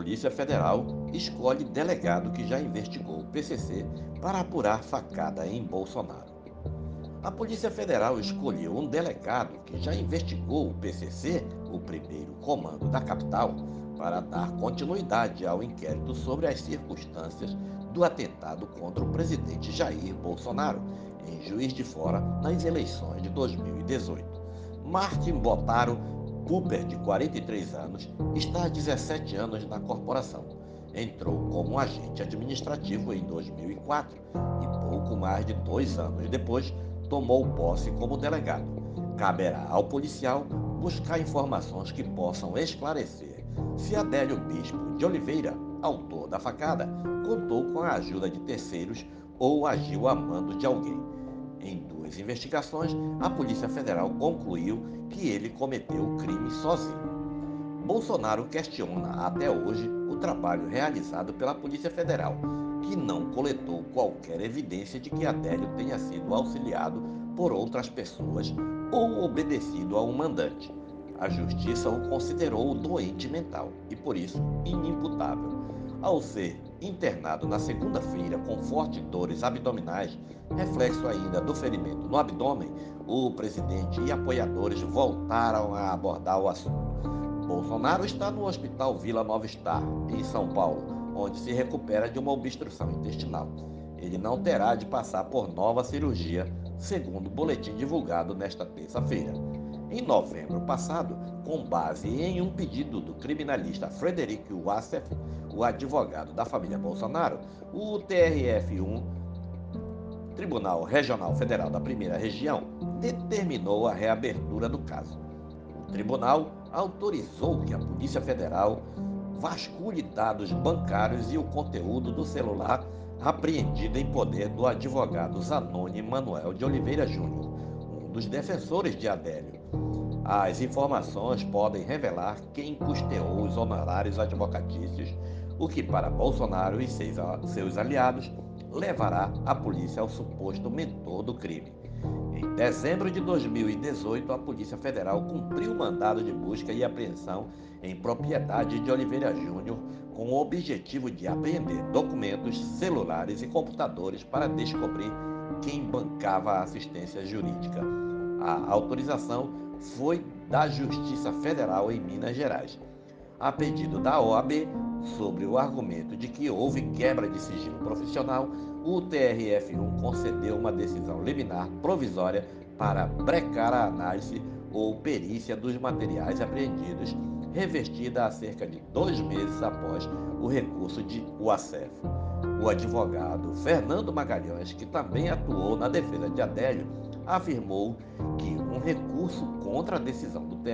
Polícia Federal escolhe delegado que já investigou o PCC para apurar facada em Bolsonaro. A Polícia Federal escolheu um delegado que já investigou o PCC, o primeiro comando da capital, para dar continuidade ao inquérito sobre as circunstâncias do atentado contra o presidente Jair Bolsonaro, em Juiz de Fora, nas eleições de 2018. Martin Botaro Cooper, de 43 anos, está há 17 anos na corporação. Entrou como agente administrativo em 2004 e pouco mais de 2 anos depois tomou posse como delegado. Caberá ao policial buscar informações que possam esclarecer se Adélio Bispo de Oliveira, autor da facada, contou com a ajuda de terceiros ou agiu a mando de alguém. Em duas investigações, a Polícia Federal concluiu que ele cometeu o crime sozinho. Bolsonaro questiona até hoje o trabalho realizado pela Polícia Federal, que não coletou qualquer evidência de que Adélio tenha sido auxiliado por outras pessoas ou obedecido a um mandante. A Justiça o considerou doente mental e, por isso, inimputável. Ao ser internado na segunda-feira com fortes dores abdominais, reflexo ainda do ferimento no abdômen, o presidente e apoiadores voltaram a abordar o assunto. Bolsonaro está no Hospital Vila Nova Star, em São Paulo, onde se recupera de uma obstrução intestinal. Ele não terá de passar por nova cirurgia, segundo o boletim divulgado nesta terça-feira. Em novembro passado, com base em um pedido do criminalista Frederic Wassef, o advogado da família Bolsonaro, o TRF1, Tribunal Regional Federal da Primeira Região, determinou a reabertura do caso. O tribunal autorizou que a Polícia Federal vasculhe dados bancários e o conteúdo do celular apreendido em poder do advogado Zanoni Manuel de Oliveira Júnior, um dos defensores de Adélio. As informações podem revelar quem custeou os honorários advocatícios, o que para Bolsonaro e seus aliados levará a polícia ao suposto mentor do crime. Em dezembro de 2018, a Polícia Federal cumpriu o mandado de busca e apreensão em propriedade de Oliveira Júnior com o objetivo de apreender documentos, celulares e computadores para descobrir quem bancava a assistência jurídica. A autorização foi da Justiça Federal em Minas Gerais. A pedido da OAB, sobre o argumento de que houve quebra de sigilo profissional, o TRF1 concedeu uma decisão liminar provisória para brecar a análise ou perícia dos materiais apreendidos, revestida há cerca de 2 meses após o recurso de Wassef. O advogado Fernando Magalhães, que também atuou na defesa de Adélio, afirmou que um recurso contra a decisão do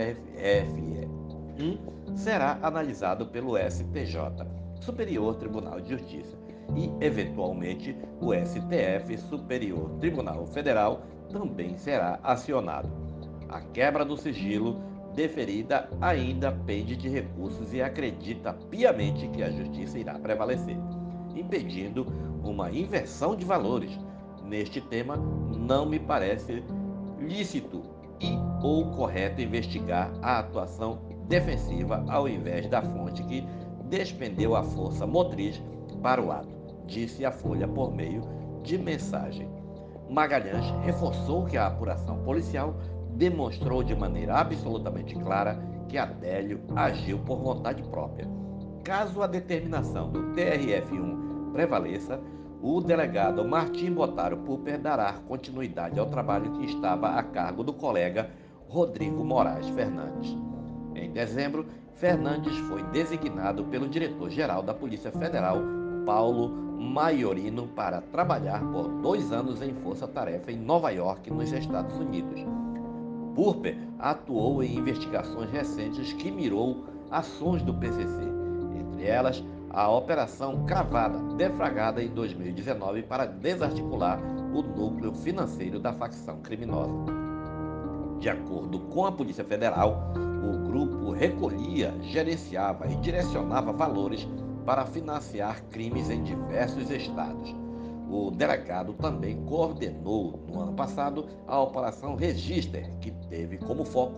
TRF1 será analisado pelo STJ, Superior Tribunal de Justiça, e, eventualmente, o STF, Superior Tribunal Federal, também será acionado. A quebra do sigilo deferida ainda pende de recursos e acredita piamente que a Justiça irá prevalecer, impedindo uma inversão de valores. Neste tema, não me parece lícito e ou correto investigar a atuação defensiva ao invés da fonte que despendeu a força motriz para o ato, disse a Folha por meio de mensagem. Magalhães reforçou que a apuração policial demonstrou de maneira absolutamente clara que Adélio agiu por vontade própria. Caso a determinação do TRF1 prevaleça, o delegado Martim Botaro Pupper dará continuidade ao trabalho que estava a cargo do colega Rodrigo Moraes Fernandes. Em dezembro, Fernandes foi designado pelo diretor-geral da Polícia Federal, Paulo Maiorino, para trabalhar por 2 anos em força-tarefa em Nova York, nos Estados Unidos. Purper atuou em investigações recentes que mirou ações do PCC, entre elas a Operação Cravada, deflagrada em 2019 para desarticular o núcleo financeiro da facção criminosa. De acordo com a Polícia Federal, o grupo recolhia, gerenciava e direcionava valores para financiar crimes em diversos estados. O delegado também coordenou, no ano passado, a Operação Register, que teve como foco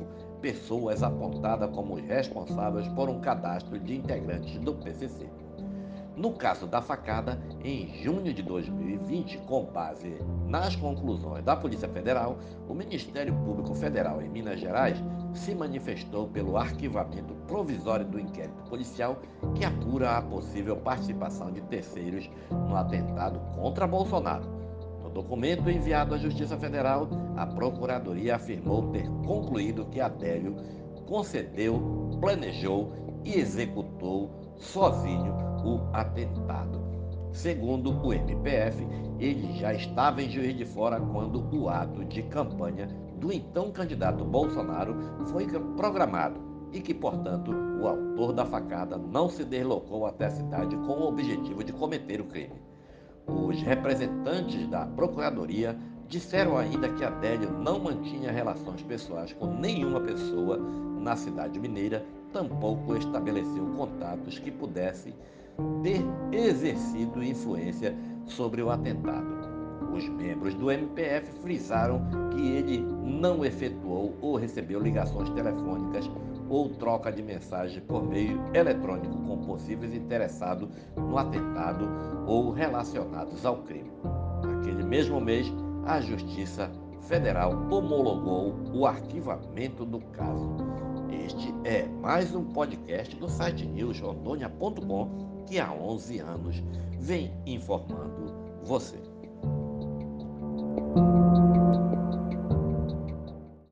pessoas apontadas como responsáveis por um cadastro de integrantes do PCC. No caso da facada, em junho de 2020, com base nas conclusões da Polícia Federal, o Ministério Público Federal em Minas Gerais se manifestou pelo arquivamento provisório do inquérito policial que apura a possível participação de terceiros no atentado contra Bolsonaro. No documento enviado à Justiça Federal, a Procuradoria afirmou ter concluído que Adélio concedeu, planejou e executou sozinho o atentado. Segundo o MPF, ele já estava em Juiz de Fora quando o ato de campanha do então candidato Bolsonaro foi programado e que, portanto, o autor da facada não se deslocou até a cidade com o objetivo de cometer o crime. Os representantes da Procuradoria disseram ainda que Adélio não mantinha relações pessoais com nenhuma pessoa na cidade mineira, tampouco estabeleceu contatos que pudessem ter exercido influência sobre o atentado. Os membros do MPF frisaram que ele não efetuou ou recebeu ligações telefônicas ou troca de mensagem por meio eletrônico com possíveis interessados no atentado ou relacionados ao crime. Naquele mesmo mês, a Justiça Federal homologou o arquivamento do caso. Este é mais um podcast do site newsrondônia.com que há 11 anos vem informando você.